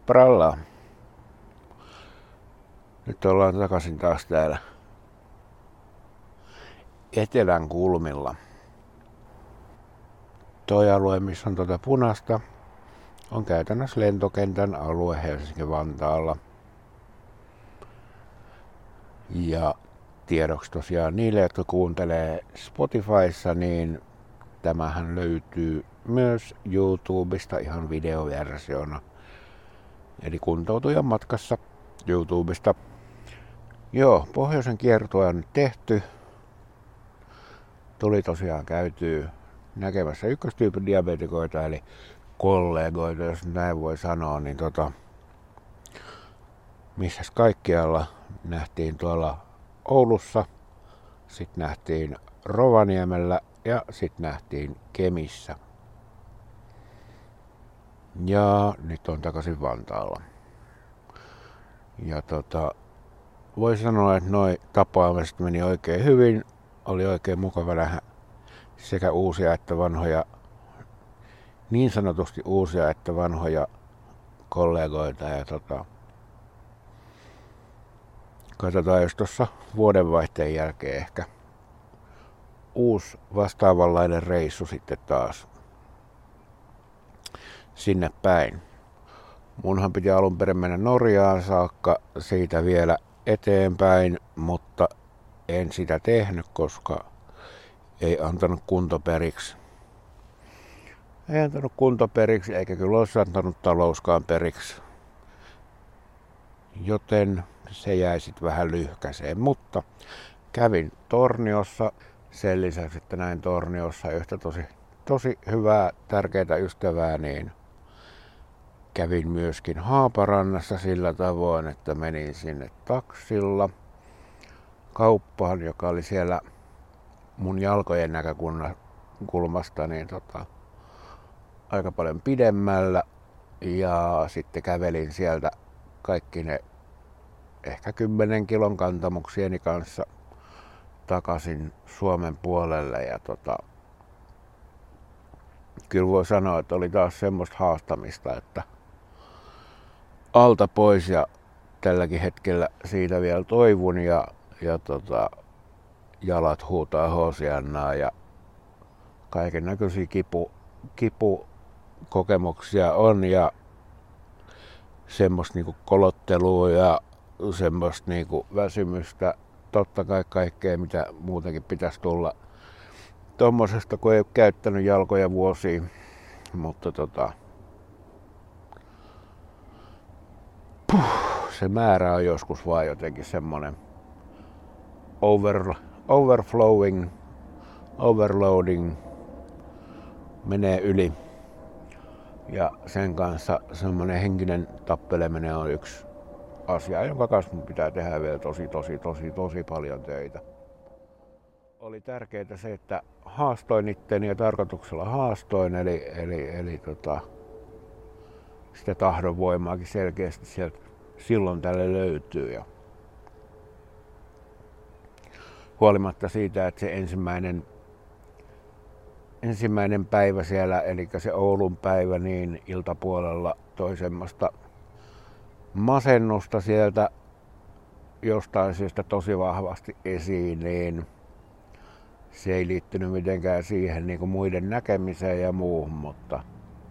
Pralla. Nyt ollaan takaisin taas täällä etelän kulmilla. Toi alue, missä on tuota punasta, on käytännössä lentokentän alue Helsinki-Vantaalla. Ja tiedoksi tosiaan niille, jotka kuuntelee Spotifyssa, niin tämähän löytyy myös YouTubesta ihan videoversiona. Eli kuntoutujan matkassa YouTubesta. Joo, pohjoisen kiertue on nyt tehty. Tuli tosiaan käytyy näkemässä ykköstyypin diabetikoita, eli kollegoita, jos näin voi sanoa, niin missäs kaikkialla nähtiin tuolla Oulussa, sitten nähtiin Rovaniemellä ja sitten nähtiin Kemissä. Ja nyt on takaisin Vantaalla. Ja voi sanoa, että noi tapaamiset meni oikein hyvin. Oli oikein mukava nähdä sekä uusia että vanhoja, niin sanotusti uusia että vanhoja kollegoita. Ja katsotaan, jos tuossa vuodenvaihteen jälkeen ehkä uusi vastaavanlainen reissu sitten taas sinne päin. Munhan piti alun perin mennä Norjaan saakka, siitä vielä eteenpäin, mutta en sitä tehnyt, koska ei antanut kunto periksi. Ei antanut kunto periksi, eikä kyllä olisi antanut talouskaan periksi. Joten se jäi sitten vähän lyhkäiseen, mutta kävin Torniossa. Sen lisäksi, että näin Torniossa yhtä tosi hyvää, tärkeää ystävää, niin kävin myöskin Haaparannassa sillä tavoin, että menin sinne taksilla kauppaan, joka oli siellä mun jalkojen näkökulmasta niin aika paljon pidemmällä. Ja sitten kävelin sieltä kaikki ne ehkä 10 kilon kantamuksieni kanssa takaisin Suomen puolelle. Ja kyllä voi sanoa, että oli taas semmoista haastamista, että alta pois, ja tälläkin hetkellä siitä vielä toivun ja jalat huutaa Hosiannaa ja kaiken näköisiä kipukokemuksia on ja semmoista niinku kolottelua ja semmoista niinku väsymystä. Totta kai kaikkea, mitä muutenkin pitäisi tulla tommosesta, kun ei ole käyttänyt jalkoja vuosia, mutta se määrä on joskus vaan jotenkin semmonen overflowing, overloading, menee yli. Ja sen kanssa semmonen henkinen tappeleminen on yksi asia, jonka kanssa mun pitää tehdä vielä tosi paljon töitä. Oli tärkeää se, että haastoin itteni ja tarkoituksella haastoin, eli sitä tahdonvoimaakin selkeästi sieltä silloin tälle löytyy. Ja huolimatta siitä, että se ensimmäinen päivä siellä, eli se Oulun päivä, niin iltapuolella toi semmoista masennusta sieltä jostain syystä tosi vahvasti esiin, niin se ei liittynyt mitenkään siihen niin kuin muiden näkemiseen ja muuhun, mutta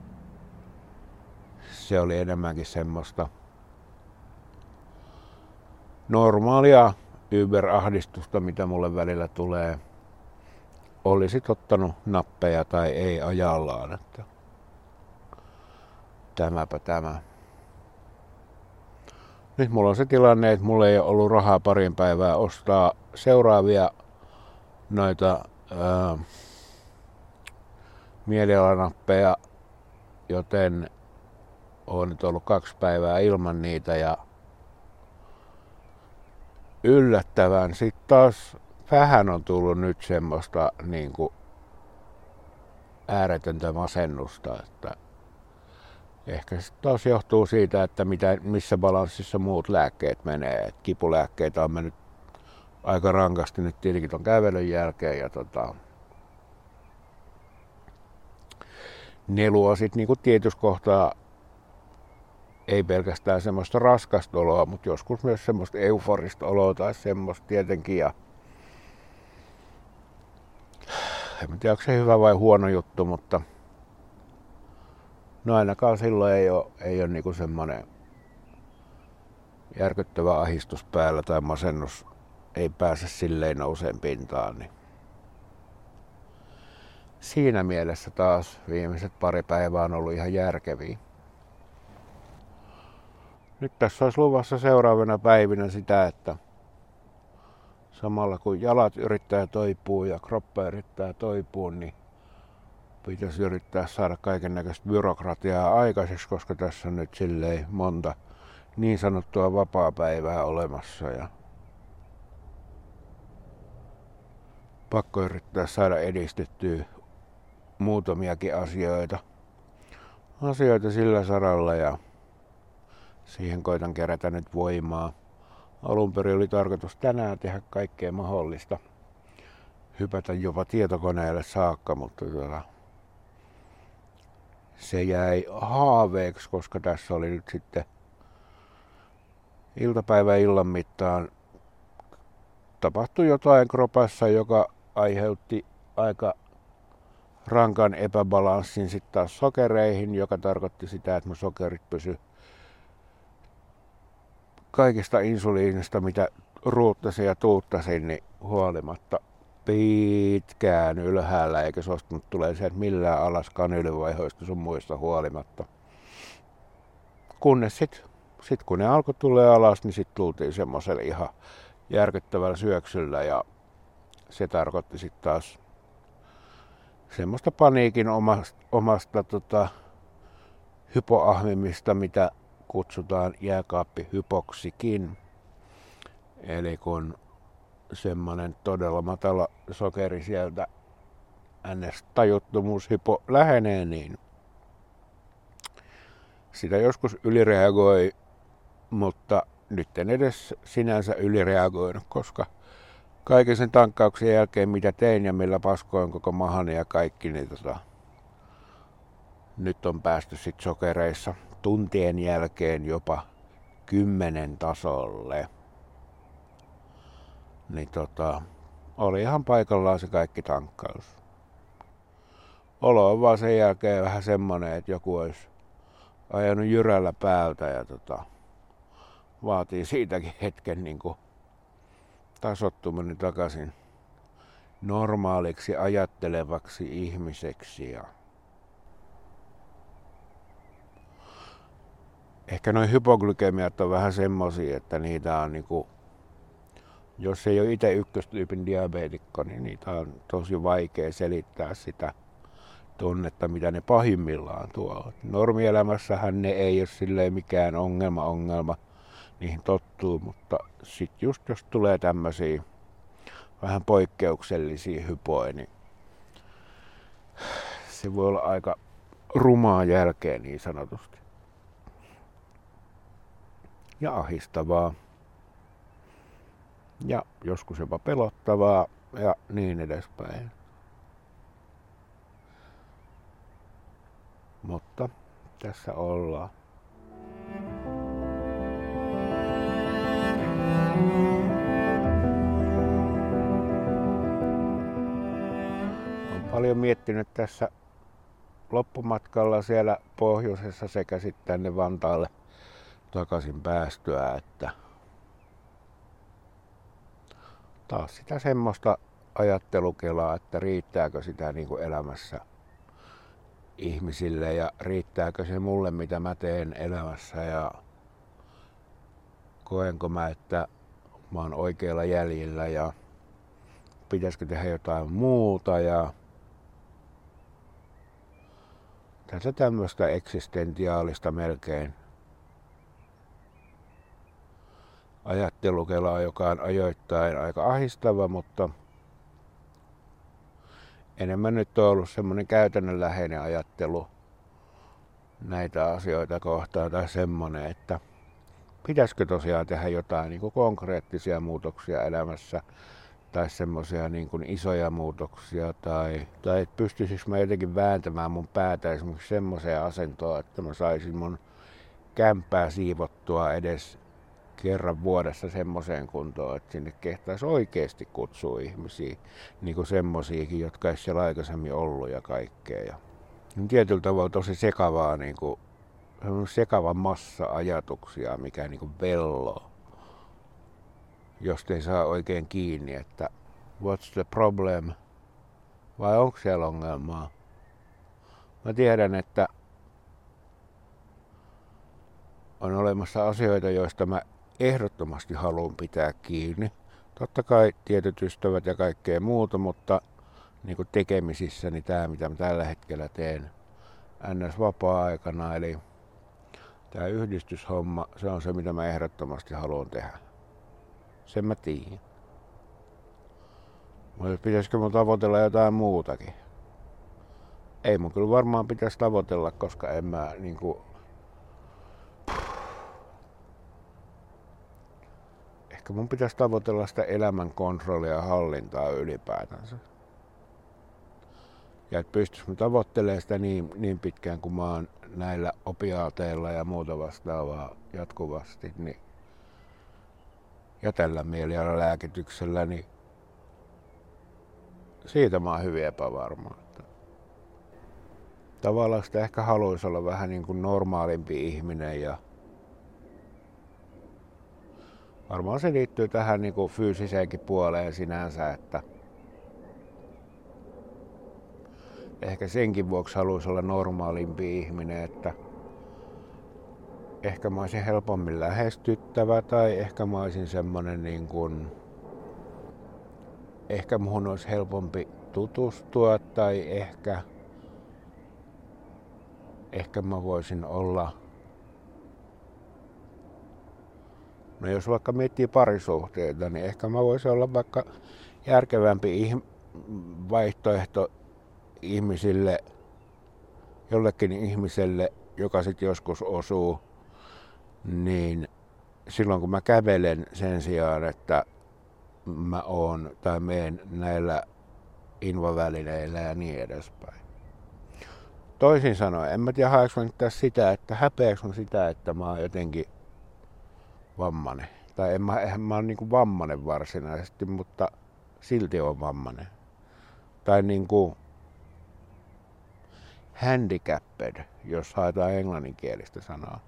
se oli enemmänkin semmoista normaalia Uber-ahdistusta, mitä mulle välillä tulee. Olisit ottanut nappeja tai ei ajallaan, että tämäpä tämä. Nyt mulla on se tilanne, että mulla ei ole ollut rahaa parin päivää ostaa seuraavia noita mielialanappeja, joten olen nyt ollut 2 päivää ilman niitä ja yllättävän sitten taas vähän on tullut nyt semmoista niinku ääretöntä masennusta, että ehkä se taas johtuu siitä, että missä balanssissa muut lääkkeet menee. Et kipulääkkeitä on mennyt aika rankasti nyt tietenkin ton kävelyn jälkeen ja ne luo sit niinku tietyssä kohtaa ei pelkästään semmoista raskasta oloa, mutta joskus myös semmoista euforista oloa tai semmoista tietenkin. Ja en tiedä, onko se hyvä vai huono juttu, mutta no ainakaan silloin ei ole niinku semmoinen järkyttävä ahdistus päällä tai masennus ei pääse silleen nouseen pintaan. Niin siinä mielessä taas viimeiset pari päivää on ollut ihan järkeviä. Nyt tässä olisi luvassa seuraavina päivinä sitä, että samalla kun jalat yrittää toipua ja kroppa yrittää toipua, niin pitäisi yrittää saada kaiken näköistä byrokratiaa aikaiseksi, koska tässä on nyt silleen monta niin sanottua vapaapäivää olemassa. Ja pakko yrittää saada edistettyä muutamiakin asioita sillä saralla ja siihen koitan kerätä nyt voimaa. Alun perin oli tarkoitus tänään tehdä kaikkea mahdollista, hypätä jopa tietokoneelle saakka, mutta se jäi haaveeksi, koska tässä oli nyt sitten illan mittaan tapahtui jotain kropassa, joka aiheutti aika rankan epäbalanssin sitten taas sokereihin, joka tarkoitti sitä, että mun sokerit pysy kaikista insuliinista, mitä ruuttasin ja tuuttasin, niin huolimatta pitkään ylhäällä, eikä suostunut tulee sieltä millään alas kanyylivaihoista sun muista huolimatta. Kunnes sit kun ne alkoi tulee alas, niin sitten tultiin semmoisella ihan järkyttävällä syöksyllä ja se tarkoitti sitten taas semmoista paniikin omasta hypoahmimista, mitä kutsutaan jääkaappihypoksikin. Eli kun semmoinen todella matala sokeri sieltä NS-tajuttomuushypo lähenee, niin sitä joskus ylireagoi, mutta nyt en edes sinänsä ylireagoinut, koska kaiken sen tankkauksen jälkeen, mitä tein ja millä paskoin koko mahani ja kaikki, niin nyt on päästy sit sokereissa tuntien jälkeen jopa 10 tasolle. Niin oli ihan paikallaan se kaikki tankkaus. Olo on vaan sen jälkeen vähän semmonen, että joku olisi ajanut jyrällä päältä ja vaatii siitäkin hetken niin kuin tasottuminen takaisin normaaliksi ajattelevaksi ihmiseksi. Ja ehkä noin hypoglykemiat on vähän semmosia, että niitä on niinku, jos ei ole itse ykköstyypin diabeetikko, niin niitä on tosi vaikea selittää sitä tunnetta, mitä ne pahimmillaan tuo. Normielämässähän ne ei ole silleen mikään ongelma. Niihin tottuu, mutta sit just jos tulee tämmösiä vähän poikkeuksellisia hypoja, niin se voi olla aika rumaa jälkeen niin sanotusti. Ja ahistavaa. Ja joskus jopa pelottavaa ja niin edespäin. Mutta tässä ollaan. Olen paljon miettinyt tässä loppumatkalla siellä pohjoisessa sekä sitten tänne Vantaalle takaisin päästyä, että taas sitä semmoista ajattelukelaa, että riittääkö sitä niin kuin elämässä ihmisille ja riittääkö se mulle, mitä mä teen elämässä ja koenko mä, että mä oon oikealla jäljellä ja pitäisikö tehdä jotain muuta ja tässä tämmöistä eksistentiaalista melkein ajattelukelaa, joka on ajoittain aika ahistava, mutta enemmän nyt on ollut semmoinen käytännönläheinen ajattelu näitä asioita kohtaan tai semmoinen, että pitäisikö tosiaan tehdä jotain niin kuin konkreettisia muutoksia elämässä tai semmoisia niin kuin isoja muutoksia tai että pystyisikö mä jotenkin vääntämään mun päätä esimerkiksi semmoiseen asentoon, että mä saisin mun kämppää siivottua edes kerran vuodessa semmoiseen kuntoon, että sinne kehtaisi oikeasti kutsua ihmisiä, niin kuin semmosiakin, jotka ei siellä aikaisemmin ollut ja kaikkea. Ja tietyllä tavalla tosi sekavaa, niin kuin, sekava massa ajatuksia, mikä niin kuin velloo, josta ei saa oikein kiinni, että what's the problem, vai onko siellä ongelmaa. Mä tiedän, että on olemassa asioita, joista mä ehdottomasti haluan pitää kiinni. Totta kai tietyt ystävät ja kaikkea muuta, mutta niin kuin tekemisissäni tämä, mitä mä tällä hetkellä teen NS-vapaa-aikana, eli tämä yhdistyshomma, se on se, mitä mä ehdottomasti haluan tehdä. Sen mä tiedän. Mutta pitäisikö mun tavoitella jotain muutakin? Ei mun kyllä varmaan pitäisi tavoitella, koska en mä niinku... Ehkä mun pitäisi tavoitella sitä elämän kontrollia ja hallintaa ylipäätänsä. Ja että pystyisin tavoittelemaan sitä niin pitkään, kun mä oon näillä opiaateilla ja muuta vastaavaa jatkuvasti, niin ja tällä mielialalääkityksellä, niin siitä mä oon hyvin epävarma. Tavallaan sitä ehkä haluaisi olla vähän niin kuin normaalimpi ihminen ja varmaan se liittyy tähän niin kuin fyysiseenkin puoleen sinänsä, että ehkä senkin vuoksi haluaisi olla normaalimpi ihminen, että ehkä mä olisin helpommin lähestyttävä tai ehkä mä olisin semmonen niin kuin, ehkä muhun olisi helpompi tutustua tai ehkä mä voisin olla, no jos vaikka miettii parisuhteita, niin ehkä mä voisin olla vaikka järkevämpi vaihtoehto ihmisille, jollekin ihmiselle, joka sitten joskus osuu, niin silloin kun mä kävelen sen sijaan, että mä oon tai meen näillä invavälineillä ja niin edespäin. Toisin sanoen, en mä tiedä haeks mä nyt tässä sitä, että häpeäks mä sitä, että mä oon jotenkin vammainen. Tai eihän mä oon niinku vammainen varsinaisesti, mutta silti on vammainen. Tai niinku handicapped, jos haetaan englanninkielistä sanaa.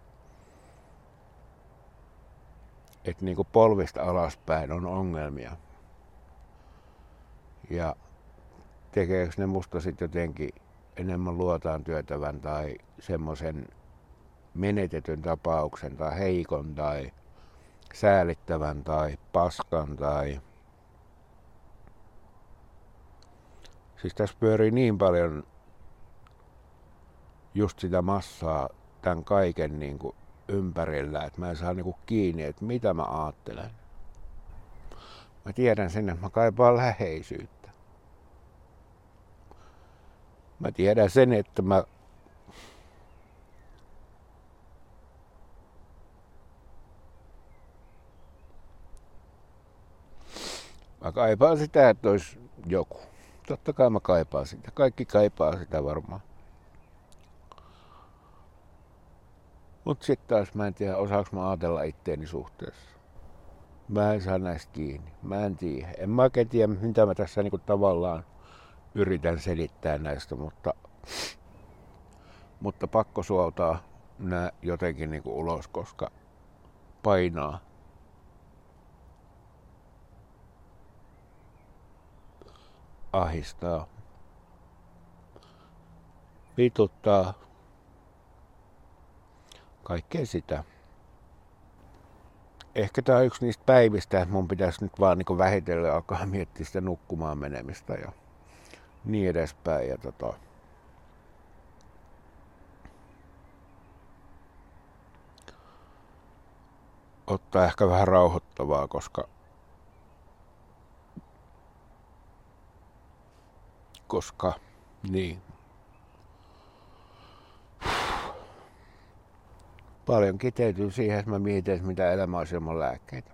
Että niinku polvista alaspäin on ongelmia. Ja tekeekö ne musta sit jotenkin enemmän luotaan työtävän tai semmoisen menetetyn tapauksen tai heikon tai säälittävän tai paskan tai... Siis tässä pyörii niin paljon just sitä massaa tämän kaiken niin kuin ympärillä, että mä en saa niin kuin kiinni, että mitä mä ajattelen. Mä tiedän sen, että mä kaipaan läheisyyttä. Mä tiedän sen, että mä kaipaan sitä, että olisi joku. Totta kai mä kaipaan sitä. Kaikki kaipaa sitä varmaan. Mut sit taas mä en tiedä, osaaks mä ajatella itteeni suhteessa. Mä en saa näistä kiinni. Mä en tiedä. En mä oikein tiedä, mitä mä tässä niinku tavallaan yritän selittää näistä, mutta pakko suoltaa nää jotenkin niinku ulos, koska painaa. Ahistaa. Vituttaa. Kaikkea sitä. Ehkä tää on yksi niistä päivistä, että mun pitäisi nyt vaan niinku vähitellen alkaa miettiä sitä nukkumaan menemistä ja niin edespäin. Ja ottaa ehkä vähän rauhoittavaa, koska niin. Paljon kiteytyy siihen, että mä mietin, että mitä elämä olisi ilman lääkkeitä.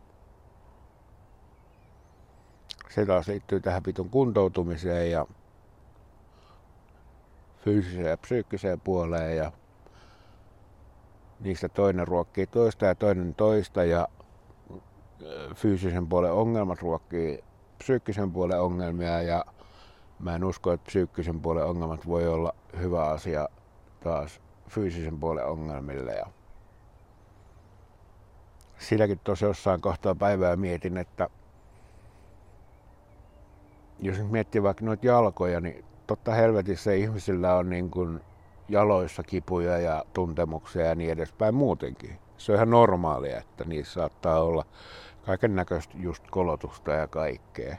Se taas liittyy tähän vitun kuntoutumiseen ja fyysiseen ja psyykkiseen puoleen ja niistä toinen ruokkii toista ja toinen toista ja fyysisen puolen ongelmat ruokkii psyykkisen puolen ongelmia ja mä en usko, että psyykkisen puolen ongelmat voi olla hyvä asia taas fyysisen puolen ongelmille. Ja silläkin tosi jossain kohtaa päivää mietin, että jos nyt miettii vaikka noita jalkoja, niin totta helvetissä ihmisillä on niin kuin jaloissa kipuja ja tuntemuksia ja niin edespäin muutenkin. Se on ihan normaalia, että niissä saattaa olla kaiken näköistä just kolotusta ja kaikkea.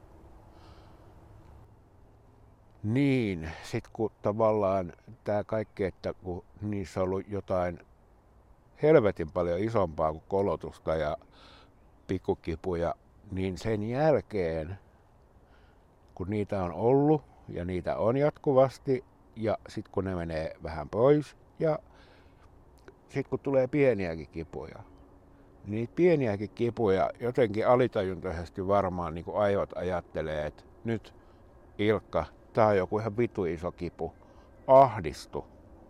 Niin, sit kun tavallaan tää kaikki, että kun niissä on ollut jotain helvetin paljon isompaa kuin kolotusta ja pikkukipuja, niin sen jälkeen, kun niitä on ollut ja niitä on jatkuvasti, ja sitten kun ne menee vähän pois, ja sitten kun tulee pieniäkin kipuja, niin niitä pieniäkin kipuja jotenkin alitajuntaisesti varmaan niin kuin aivot ajattelee, että nyt Ilkka, tää on joku ihan vitu iso kipu, ahdistu.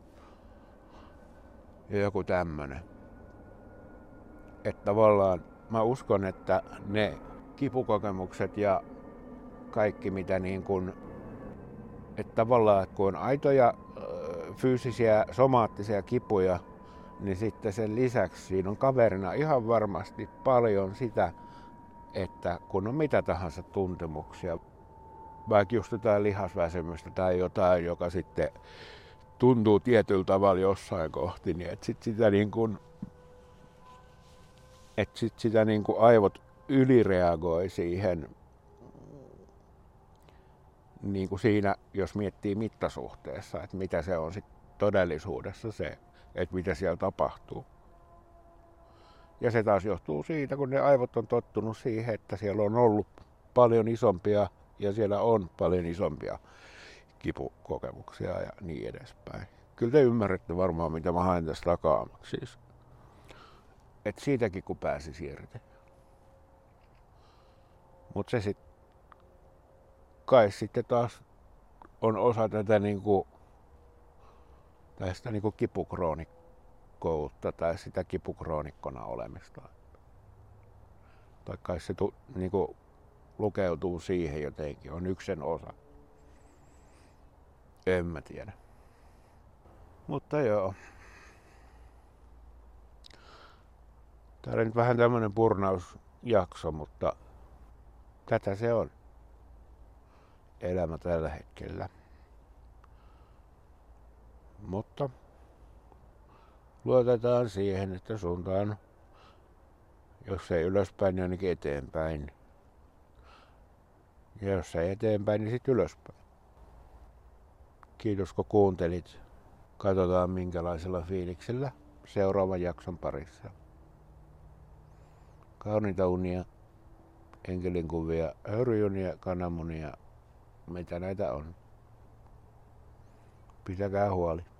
Ja joku tämmönen. Että tavallaan mä uskon, että ne kipukokemukset ja kaikki mitä niin kuin, että tavallaan kun on aitoja fyysisiä somaattisia kipuja, niin sitten sen lisäksi siinä on kaverina ihan varmasti paljon sitä, että kun on mitä tahansa tuntemuksia, vaikka just jotain lihasväsymystä tai jotain, joka sitten tuntuu tietyllä tavalla jossain kohti, niin että sit sitä niin kuin, aivot ylireagoi siihen niin kuin siinä, jos miettii mittasuhteessa, että mitä se on sit todellisuudessa se, että mitä siellä tapahtuu. Ja se taas johtuu siitä, kun ne aivot on tottunut siihen, että siellä on ollut paljon isompia ja siellä on paljon isompia kipukokemuksia ja niin edespäin. Kyllä te ymmärrätte varmaan, mitä mä haen tästä takaa. Siis, että siitäkin kun pääsisi irti. Mutta se sitten kai sitten taas on osa tätä niinku, tästä niinku kipukroonikkoutta tai sitä kipukroonikkona olemista. Tai kai se niinku lukeutuu siihen jotenkin, on yksi sen osa. En mä tiedä. Mutta joo. Tää oli nyt vähän tämmönen purnausjakso, mutta tätä se on. Elämä tällä hetkellä. Mutta luotetaan siihen, että suuntaan, jos ei ylöspäin, niin ainakin eteenpäin. Ja jos ei eteenpäin, niin sitten ylöspäin. Kiitos kun kuuntelit. Katsotaan minkälaisella fiiliksellä seuraavan jakson parissa. Kauniita unia, enkelinkuvia, höyryjunia, kananmunia, mitä näitä on. Pitäkää huoli.